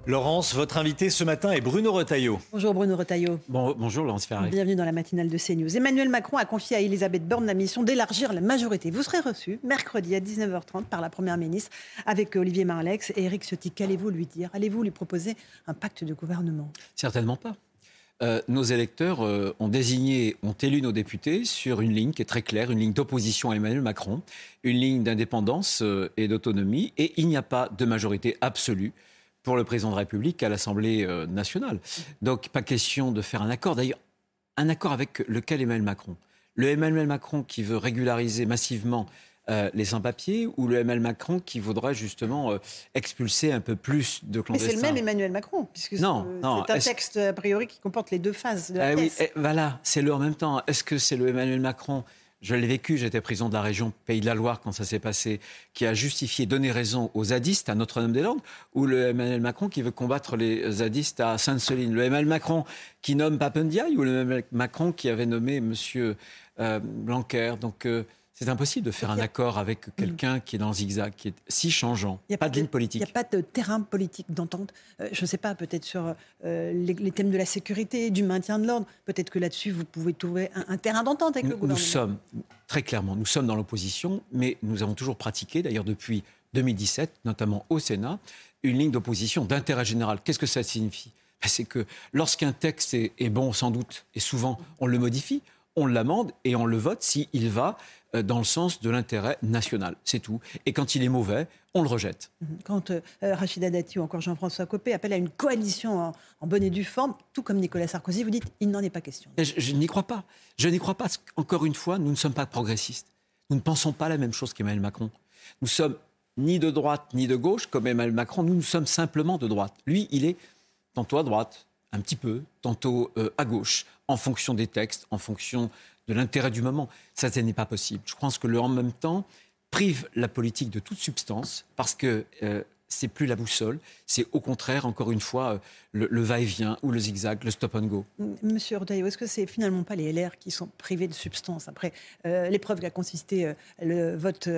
Laurence, votre invité ce matin est Bruno Retailleau. Bonjour Bruno Retailleau. Bonjour Laurence Ferrari. Bienvenue dans la matinale de CNews. Emmanuel Macron a confié à Elisabeth Borne la mission d'élargir la majorité. Vous serez reçu mercredi à 19h30 par la Première ministre avec Olivier Marleix et Éric Ciotti. Qu'allez-vous lui dire? Allez-vous lui proposer un pacte de gouvernement? Certainement pas. Nos électeurs ont élu nos députés sur une ligne qui est très claire, une ligne d'opposition à Emmanuel Macron, une ligne d'indépendance et d'autonomie, et il n'y a pas de majorité absolue pour le président de la République à l'Assemblée nationale. Donc, pas question de faire un accord. D'ailleurs, un accord avec lequel Emmanuel Macron? Le Emmanuel Macron qui veut régulariser massivement les sans-papiers, ou le Emmanuel Macron qui voudrait justement expulser un peu plus de clandestins? Mais c'est le même Emmanuel Macron, puisque c'est un texte a priori qui comporte les deux phases de la pièce. Oui, voilà, c'est le en même temps. Est-ce que c'est le Emmanuel Macron? Je l'ai vécu, j'étais président de la région Pays de la Loire quand ça s'est passé, qui a justifié, donné raison aux zadistes à Notre-Dame-des-Landes, ou le Emmanuel Macron qui veut combattre les zadistes à Sainte-Soline? Le Emmanuel Macron qui nomme Pape Ndiaye, ou le Emmanuel Macron qui avait nommé M. Blanquer? Donc c'est impossible de faire un accord avec quelqu'un qui est dans le zigzag, qui est si changeant. Il n'y a pas de ligne politique. Il n'y a pas de terrain politique d'entente. Je ne sais pas, peut-être sur les thèmes de la sécurité, du maintien de l'ordre. Peut-être que là-dessus, vous pouvez trouver un terrain d'entente avec le gouvernement. Nous sommes, très clairement, nous sommes dans l'opposition, mais nous avons toujours pratiqué, d'ailleurs depuis 2017, notamment au Sénat, une ligne d'opposition d'intérêt général. Qu'est-ce que ça signifie? C'est que lorsqu'un texte est bon, sans doute, et souvent on le modifie, on l'amende et on le vote s'il va dans le sens de l'intérêt national. C'est tout. Et quand il est mauvais, on le rejette. Quand Rachida Dati ou encore Jean-François Copé appellent à une coalition en bonne et due forme, tout comme Nicolas Sarkozy, vous dites il n'en est pas question. Je n'y crois pas. Je n'y crois pas. Encore une fois, nous ne sommes pas progressistes. Nous ne pensons pas la même chose qu'Emmanuel Macron. Nous sommes ni de droite ni de gauche comme Emmanuel Macron. Nous sommes simplement de droite. Lui, il est tantôt à droite, un petit peu, tantôt à gauche, en fonction des textes, en fonction de l'intérêt du moment. Ça n'est pas possible. Je pense que le en même temps prive la politique de toute substance parce que c'est plus la boussole, c'est au contraire, encore une fois, le va-et-vient ou le zigzag, le stop and go. Monsieur Retailleau, est-ce que c'est finalement pas les LR qui sont privés de substance après l'épreuve qu'a consisté le vote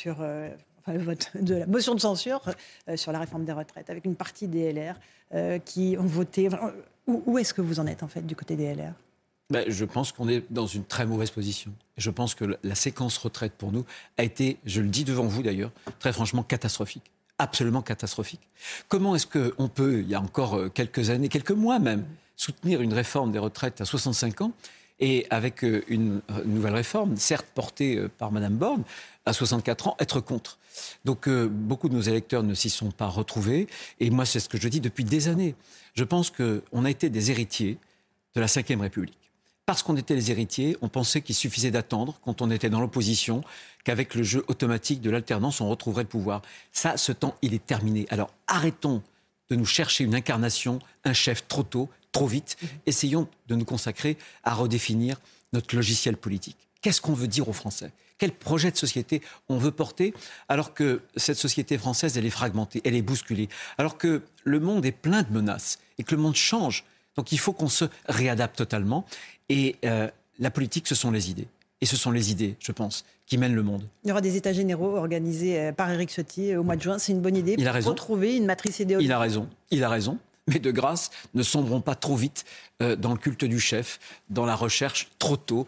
le vote de la motion de censure sur la réforme des retraites, avec une partie des LR qui ont voté. Où est-ce que vous en êtes, en fait, du côté des LR? Je pense qu'on est dans une très mauvaise position. Je pense que la séquence retraite, pour nous, a été, je le dis devant vous d'ailleurs, très franchement catastrophique. Absolument catastrophique. Comment est-ce qu'on peut, il y a encore quelques années, quelques mois même, soutenir une réforme des retraites à 65 ans et avec une nouvelle réforme, certes portée par Mme Borne, à 64 ans, être contre? Donc beaucoup de nos électeurs ne s'y sont pas retrouvés. Et moi, c'est ce que je dis depuis des années. Je pense qu'on a été des héritiers de la Ve République. Parce qu'on était les héritiers, on pensait qu'il suffisait d'attendre, quand on était dans l'opposition, qu'avec le jeu automatique de l'alternance, on retrouverait le pouvoir. Ça, ce temps, il est terminé. Alors arrêtons de nous chercher une incarnation, un chef trop tôt, trop vite. Essayons de nous consacrer à redéfinir notre logiciel politique. Qu'est-ce qu'on veut dire aux Français? Quel projet de société on veut porter alors que cette société française, elle est fragmentée, elle est bousculée, alors que le monde est plein de menaces et que le monde change. Donc il faut qu'on se réadapte totalement. Et la politique, ce sont les idées. Et ce sont les idées, je pense, qui mènent le monde. Il y aura des états généraux organisés par Éric Ciotti au mois de juin. C'est une bonne idée pour retrouver une matrice idéologique. Il a raison. Mais de grâce, ne sombrons pas trop vite dans le culte du chef, dans la recherche trop tôt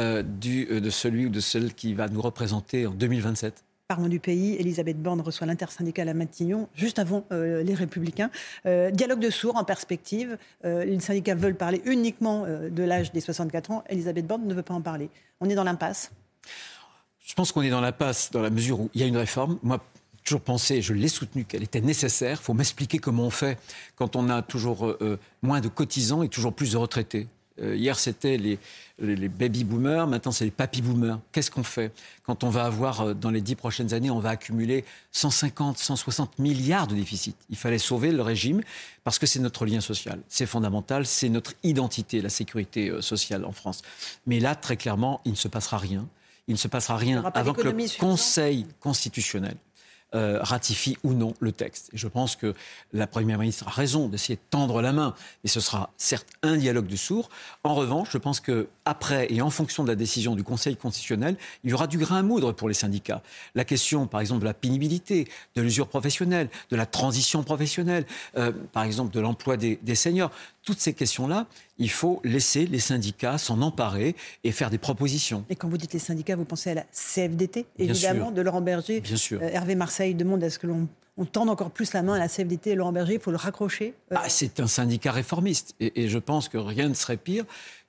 de celui ou de celle qui va nous représenter en 2027. Parlons du pays. Elisabeth Borne reçoit l'intersyndicale à Matignon, juste avant les Républicains. Dialogue de sourds en perspective. Les syndicats veulent parler uniquement de l'âge des 64 ans. Elisabeth Borne ne veut pas en parler. On est dans l'impasse? Je pense qu'on est dans l'impasse dans la mesure où il y a une réforme. Moi, j'ai toujours pensé, je l'ai soutenue, qu'elle était nécessaire. Il faut m'expliquer comment on fait quand on a toujours moins de cotisants et toujours plus de retraités. Hier, c'était les baby-boomers, maintenant, c'est les papy-boomers. Qu'est-ce qu'on fait quand on va avoir, dans les 10 prochaines années, on va accumuler 150, 160 milliards de déficit? Il fallait sauver le régime parce que c'est notre lien social. C'est fondamental, c'est notre identité, la sécurité sociale en France. Mais là, très clairement, il ne se passera rien. Il ne se passera rien avant que le Conseil constitutionnel ratifie ou non le texte. Et je pense que la Première ministre a raison d'essayer de tendre la main, mais ce sera certes un dialogue de sourds. En revanche, je pense qu'après et en fonction de la décision du Conseil constitutionnel, il y aura du grain à moudre pour les syndicats. La question, par exemple, de la pénibilité, de l'usure professionnelle, de la transition professionnelle, par exemple, de l'emploi des seniors. Toutes ces questions-là, il faut laisser les syndicats s'en emparer et faire des propositions. Et quand vous dites les syndicats, vous pensez à la CFDT, Bien évidemment, sûr. de Laurent Berger. Bien sûr. Hervé Marseille demande à ce que l'on tende encore plus la main à la CFDT et Laurent Berger, il faut le raccrocher. C'est un syndicat réformiste. Et je pense que rien ne serait pire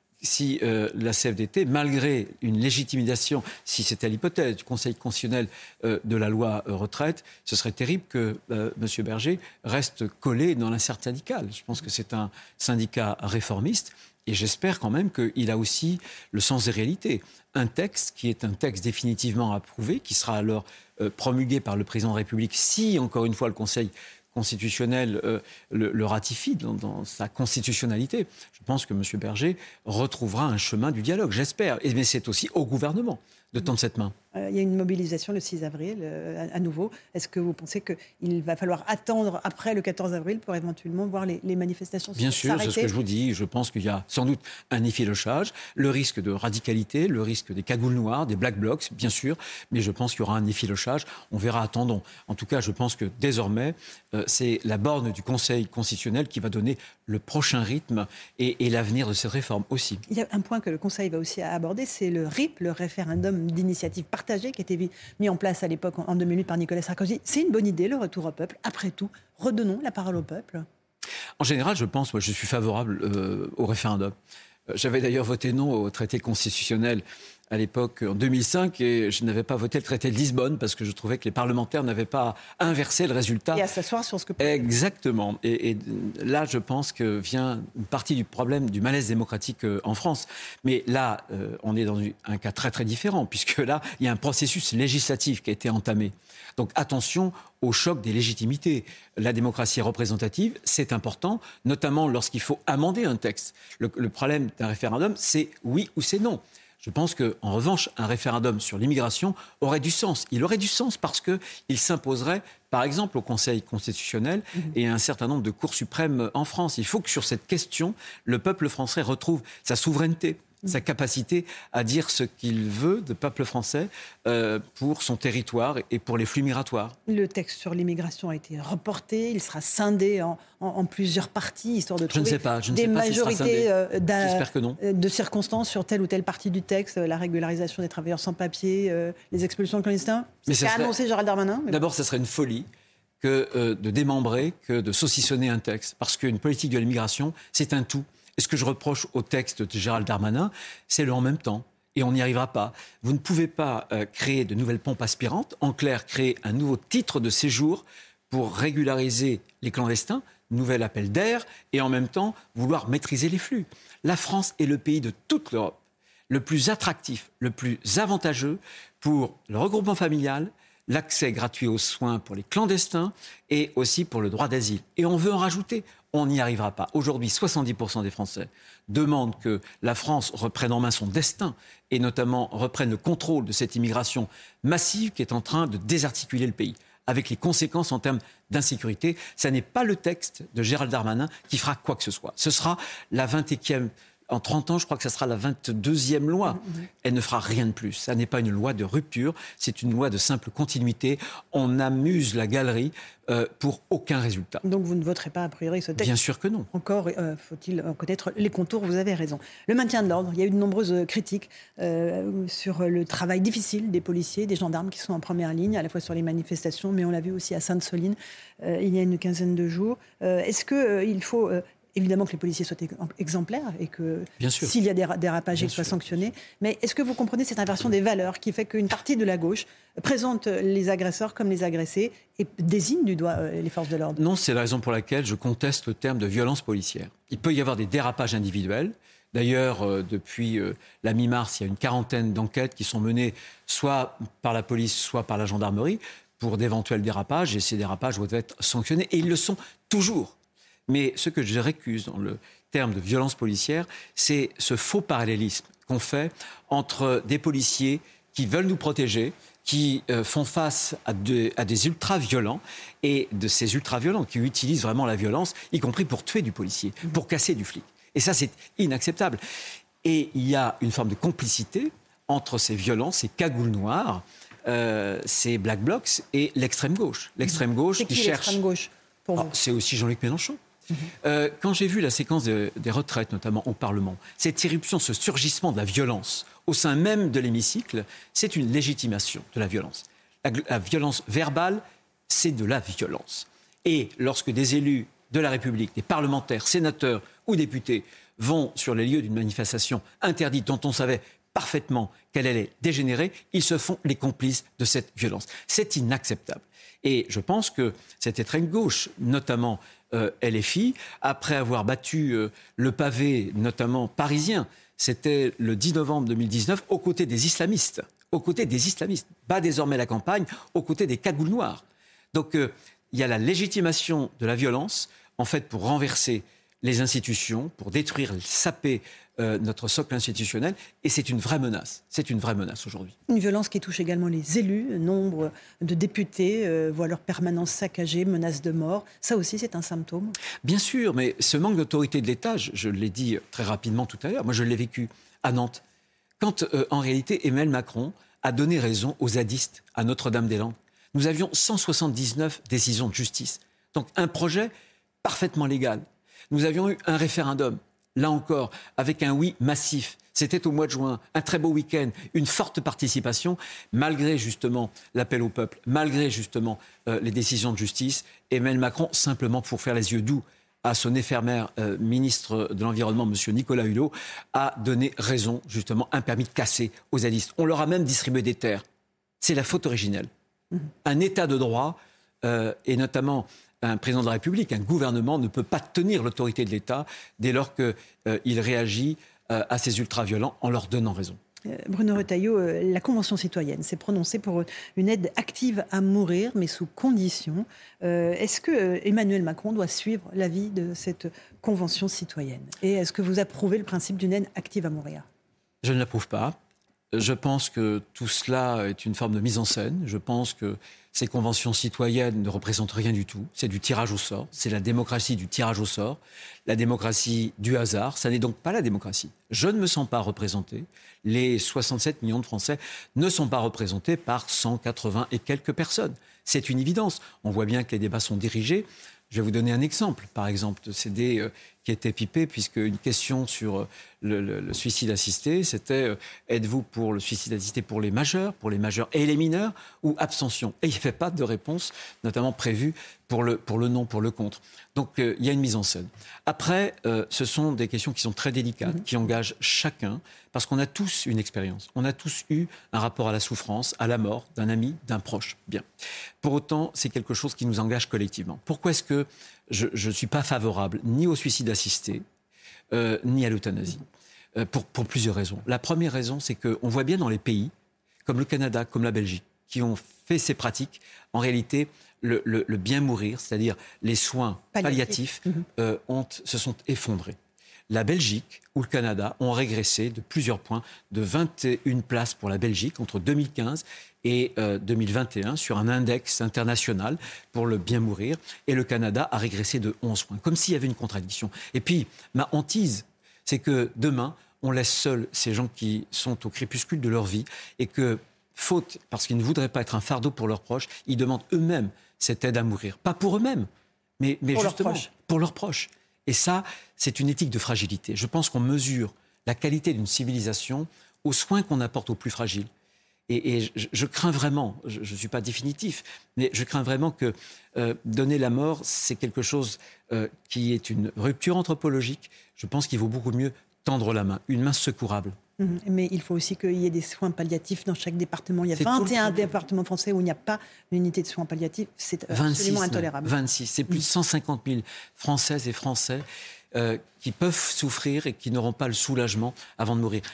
si la CFDT, malgré une légitimisation, si c'était l'hypothèse du Conseil constitutionnel de la loi retraite, ce serait terrible que M. Berger reste collé dans l'intersyndicale. Je pense que c'est un syndicat réformiste et j'espère quand même qu'il a aussi le sens des réalités. Un texte qui est un texte définitivement approuvé, qui sera alors promulgué par le président de la République si, encore une fois, le Conseil constitutionnel le ratifie dans sa constitutionnalité. Je pense que M. Berger retrouvera un chemin du dialogue, j'espère. Mais c'est aussi au gouvernement de tendre cette main. Il y a une mobilisation le 6 avril, à nouveau. Est-ce que vous pensez qu'il va falloir attendre après le 14 avril pour éventuellement voir les manifestations s'arrêter ? Bien sûr, c'est ce que je vous dis. Je pense qu'il y a sans doute un effilochage, le risque de radicalité, le risque des cagoules noires, des black blocs, bien sûr, mais je pense qu'il y aura un effilochage. On verra, attendons. En tout cas, je pense que désormais, c'est la borne du Conseil constitutionnel qui va donner le prochain rythme et l'avenir de cette réforme aussi. Il y a un point que le Conseil va aussi aborder, c'est le RIP, le référendum d'initiative partagée, qui a été mis en place à l'époque, en 2008, par Nicolas Sarkozy. C'est une bonne idée, le retour au peuple. Après tout, redonnons la parole au peuple. En général, je pense, moi, je suis favorable au référendum. J'avais d'ailleurs voté non au traité constitutionnel à l'époque, en 2005, et je n'avais pas voté le traité de Lisbonne parce que je trouvais que les parlementaires n'avaient pas inversé le résultat. Et à s'asseoir sur ce que... Exactement. Et là, je pense que vient une partie du problème du malaise démocratique en France. Mais là, on est dans un cas très, très différent, puisque là, il y a un processus législatif qui a été entamé. Donc attention au choc des légitimités. La démocratie représentative, c'est important, notamment lorsqu'il faut amender un texte. Le problème d'un référendum, c'est oui ou c'est non. Je pense qu'en revanche, un référendum sur l'immigration aurait du sens. Il aurait du sens parce qu'il s'imposerait, par exemple, au Conseil constitutionnel et à un certain nombre de cours suprêmes en France. Il faut que sur cette question, le peuple français retrouve sa souveraineté, sa capacité à dire ce qu'il veut de peuple français pour son territoire et pour les flux migratoires. Le texte sur l'immigration a été reporté, il sera scindé en plusieurs parties, histoire de trouver des majorités J'espère que non. De circonstances sur telle ou telle partie du texte, la régularisation des travailleurs sans papier, les expulsions de clandestins. C'est ce qu'a annoncé Gérald Darmanin. D'abord, ça serait une folie que de démembrer, que de saucissonner un texte, parce qu'une politique de l'immigration, c'est un tout. Et ce que je reproche au texte de Gérald Darmanin, c'est le en même temps. Et on n'y arrivera pas. Vous ne pouvez pas créer de nouvelles pompes aspirantes. En clair, créer un nouveau titre de séjour pour régulariser les clandestins, nouvel appel d'air, et en même temps vouloir maîtriser les flux. La France est le pays de toute l'Europe le plus attractif, le plus avantageux pour le regroupement familial, l'accès gratuit aux soins pour les clandestins et aussi pour le droit d'asile. Et on veut en rajouter. On n'y arrivera pas. Aujourd'hui, 70% des Français demandent que la France reprenne en main son destin et notamment reprenne le contrôle de cette immigration massive qui est en train de désarticuler le pays, avec les conséquences en termes d'insécurité. Ce n'est pas le texte de Gérald Darmanin qui fera quoi que ce soit. Ce sera la 21e... En 30 ans, je crois que ça sera la 22e loi. Elle ne fera rien de plus. Ça n'est pas une loi de rupture, c'est une loi de simple continuité. On amuse la galerie pour aucun résultat. Donc vous ne voterez pas a priori ce texte ? Bien sûr que non. Encore faut-il connaître les contours, vous avez raison. Le maintien de l'ordre, il y a eu de nombreuses critiques sur le travail difficile des policiers, des gendarmes qui sont en première ligne, à la fois sur les manifestations, mais on l'a vu aussi à Sainte-Soline il y a une quinzaine de jours. Est-ce qu'il faut... Évidemment que les policiers soient exemplaires et que s'il y a des dérapages, ils soient sanctionnés. Mais est-ce que vous comprenez cette inversion des valeurs qui fait qu'une partie de la gauche présente les agresseurs comme les agressés et désigne du doigt les forces de l'ordre ? Non, c'est la raison pour laquelle je conteste le terme de violence policière. Il peut y avoir des dérapages individuels. D'ailleurs, depuis la mi-mars, il y a une quarantaine d'enquêtes qui sont menées soit par la police, soit par la gendarmerie pour d'éventuels dérapages. Et ces dérapages doivent être sanctionnés. Et ils le sont toujours. Mais ce que je récuse dans le terme de violence policière, c'est ce faux parallélisme qu'on fait entre des policiers qui veulent nous protéger, qui font face à des ultra-violents, et de ces ultra-violents qui utilisent vraiment la violence, y compris pour tuer du policier, pour casser du flic. Et ça, c'est inacceptable. Et il y a une forme de complicité entre ces violences, ces cagoules noires, ces Black Blocs et l'extrême gauche. L'extrême gauche c'est qui qui cherche... l'extrême gauche pour vous? C'est aussi Jean-Luc Mélenchon. Quand j'ai vu la séquence des retraites, notamment au Parlement, cette irruption, ce surgissement de la violence au sein même de l'hémicycle, c'est une légitimation de la violence. La violence verbale, c'est de la violence. Et lorsque des élus de la République, des parlementaires, sénateurs ou députés vont sur les lieux d'une manifestation interdite dont on savait parfaitement qu'elle allait dégénérer, ils se font les complices de cette violence. C'est inacceptable. Et je pense que cette extrême gauche, notamment LFI, après avoir battu le pavé, notamment parisien, c'était le 10 novembre 2019, aux côtés des islamistes, bat désormais la campagne, aux côtés des cagoules noires. Donc il y a la légitimation de la violence, en fait, pour renverser les institutions, pour détruire, saper notre socle institutionnel, et c'est une vraie menace. C'est une vraie menace aujourd'hui. Une violence qui touche également les élus. Nombre de députés voient leur permanence saccagée, menacent de mort. Ça aussi, c'est un symptôme. Bien sûr, mais ce manque d'autorité de l'État, je l'ai dit très rapidement tout à l'heure, moi je l'ai vécu à Nantes, quand en réalité Emmanuel Macron a donné raison aux zadistes à Notre-Dame-des-Landes. Nous avions 179 décisions de justice. Donc un projet parfaitement légal. Nous avions eu un référendum, là encore, avec un oui massif. C'était au mois de juin, un très beau week-end, une forte participation, malgré justement l'appel au peuple, malgré justement les décisions de justice. Emmanuel Macron, simplement pour faire les yeux doux à son éphémère ministre de l'Environnement, M. Nicolas Hulot, a donné raison, justement, un permis de casser aux zadistes. On leur a même distribué des terres. C'est la faute originelle. Un État de droit, et notamment un président de la République, un gouvernement ne peut pas tenir l'autorité de l'État dès lors qu'il réagit à ces ultra-violents en leur donnant raison. Bruno Retailleau, la Convention citoyenne s'est prononcée pour une aide active à mourir, mais sous conditions. Est-ce que Emmanuel Macron doit suivre l'avis de cette Convention citoyenne? Et est-ce que vous approuvez le principe d'une aide active à mourir? Je ne l'approuve pas. Je pense que tout cela est une forme de mise en scène. Je pense que ces conventions citoyennes ne représentent rien du tout. C'est du tirage au sort. C'est la démocratie du tirage au sort. La démocratie du hasard. Ça n'est donc pas la démocratie. Je ne me sens pas représenté. Les 67 millions de Français ne sont pas représentés par 180 et quelques personnes. C'est une évidence. On voit bien que les débats sont dirigés. Je vais vous donner un exemple, par exemple, de CD qui était pipé, puisque une question sur le suicide assisté, c'était êtes-vous pour le suicide assisté pour les majeurs et les mineurs, ou abstention? Et il n'y avait pas de réponse, notamment prévue pour le non, pour le contre. Donc il y a une mise en scène. Après, ce sont des questions qui sont très délicates, qui engagent chacun, parce qu'on a tous une expérience. On a tous eu un rapport à la souffrance, à la mort d'un ami, d'un proche. Bien. Pour autant, c'est quelque chose qui nous engage collectivement. Pourquoi est-ce que je ne suis pas favorable ni au suicide assisté, ni à l'euthanasie, pour plusieurs raisons. La première raison, c'est qu'on voit bien dans les pays, comme le Canada, comme la Belgique, qui ont fait ces pratiques, en réalité, le bien mourir, c'est-à-dire les soins palliatifs, se sont effondrés. La Belgique ou le Canada ont régressé de plusieurs points, de 21 places pour la Belgique entre 2015 et 2021 sur un index international pour le bien mourir. Et le Canada a régressé de 11 points, comme s'il y avait une contradiction. Et puis, ma hantise, c'est que demain, on laisse seuls ces gens qui sont au crépuscule de leur vie et que, faute, parce qu'ils ne voudraient pas être un fardeau pour leurs proches, ils demandent eux-mêmes cette aide à mourir. Pas pour eux-mêmes, mais pour justement pour leurs proches. Et ça, c'est une éthique de fragilité. Je pense qu'on mesure la qualité d'une civilisation aux soins qu'on apporte aux plus fragiles. Et je crains vraiment, je ne suis pas définitif, mais je crains vraiment que donner la mort, c'est quelque chose qui est une rupture anthropologique. Je pense qu'il vaut beaucoup mieux tendre la main, une main secourable. Mais il faut aussi qu'il y ait des soins palliatifs dans chaque département. Il y a 21 départements français où il n'y a pas d'unité de soins palliatifs. C'est absolument intolérable. 26, c'est plus de 150 000 Françaises et Français qui peuvent souffrir et qui n'auront pas le soulagement avant de mourir.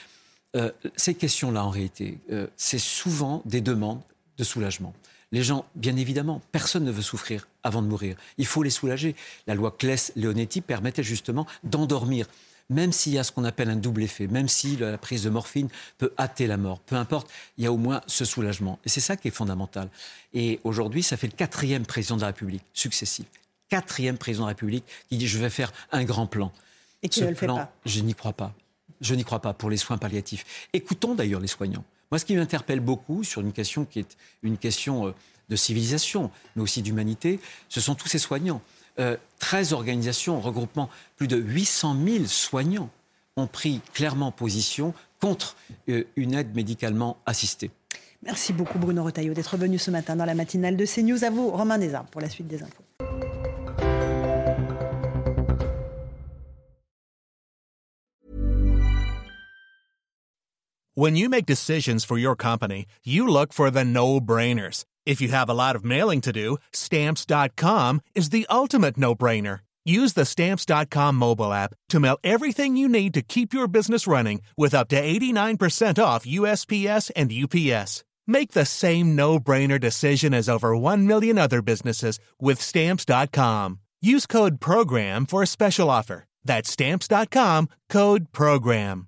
Ces questions-là, en réalité, c'est souvent des demandes de soulagement. Les gens, bien évidemment, personne ne veut souffrir avant de mourir. Il faut les soulager. La loi Claes-Leonetti permettait justement d'endormir. même s'il y a ce qu'on appelle un double effet, même si la prise de morphine peut hâter la mort, peu importe, il y a au moins ce soulagement. Et c'est ça qui est fondamental. Et aujourd'hui, ça fait le 4e président de la République successif. 4e président de la République qui dit « je vais faire un grand plan ». Et qui ne le fait pas. Je n'y crois pas. Je n'y crois pas pour les soins palliatifs. Écoutons d'ailleurs les soignants. Moi, ce qui m'interpelle beaucoup sur une question qui est une question de civilisation, mais aussi d'humanité, ce sont tous ces soignants. 13 organisations regroupant plus de 800 000 soignants ont pris clairement position contre une aide médicalement assistée. Merci beaucoup Bruno Retailleau d'être venu ce matin dans la matinale de CNews. À vous, Romain Desarmes, pour la suite des infos. When you make decisions for your company, you look for the no-brainers. If you have a lot of mailing to do, Stamps.com is the ultimate no-brainer. Use the Stamps.com mobile app to mail everything you need to keep your business running with up to 89% off USPS and UPS. Make the same no-brainer decision as over 1 million other businesses with Stamps.com. Use code PROGRAM for a special offer. That's Stamps.com, code PROGRAM.